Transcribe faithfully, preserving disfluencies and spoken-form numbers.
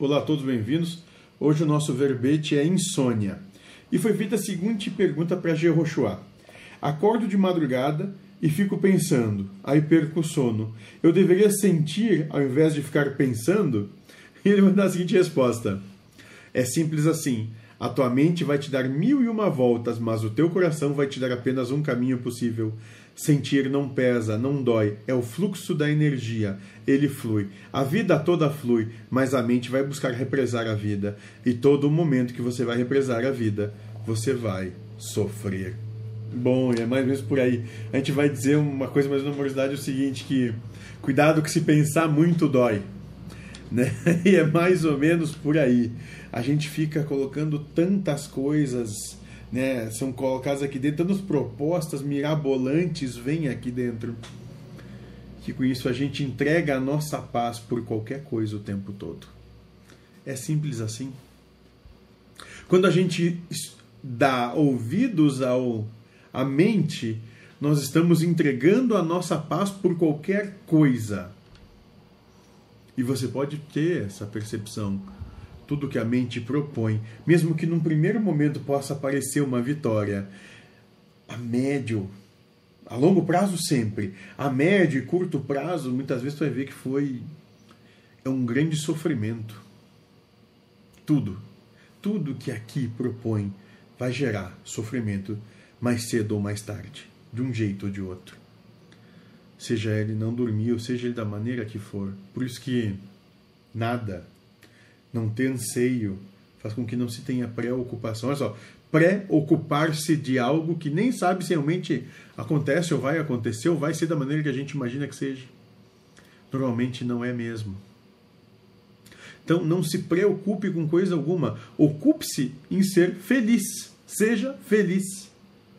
Olá a todos, bem-vindos. Hoje o nosso verbete é insônia. E foi feita a seguinte pergunta para Jehoshua. Acordo de madrugada e fico pensando, aí perco o sono. Eu deveria sentir ao invés de ficar pensando? E ele manda a seguinte resposta. É simples assim. A tua mente vai te dar mil e uma voltas, mas o teu coração vai te dar apenas um caminho possível. Sentir não pesa, não dói. É o fluxo da energia. Ele flui. A vida toda flui, mas a mente vai buscar represar a vida. E todo momento que você vai represar a vida, você vai sofrer. Bom, é mais ou menos por aí. A gente vai dizer uma coisa mais na humorosidade, é o seguinte, que cuidado que se pensar muito dói. Né? E é mais ou menos por aí. A gente fica colocando tantas coisas, né? São colocadas aqui dentro, tantas propostas mirabolantes vêm aqui dentro, que com isso a gente entrega a nossa paz por qualquer coisa o tempo todo. É simples assim. Quando a gente dá ouvidos ao, à mente, nós estamos entregando a nossa paz por qualquer coisa. E você pode ter essa percepção. Tudo que a mente propõe, mesmo que num primeiro momento possa parecer uma vitória, a médio, a longo prazo sempre, a médio e curto prazo, muitas vezes tu vai ver que foi é um grande sofrimento. Tudo, tudo que aqui propõe vai gerar sofrimento mais cedo ou mais tarde, de um jeito ou de outro. Seja ele não dormir, ou seja ele da maneira que for. Por isso que nada, não ter anseio, faz com que não se tenha preocupação. Olha só, preocupar-se de algo que nem sabe se realmente acontece ou vai acontecer, ou vai ser da maneira que a gente imagina que seja. Normalmente não é mesmo. Então não se preocupe com coisa alguma. Ocupe-se em ser feliz. Seja feliz.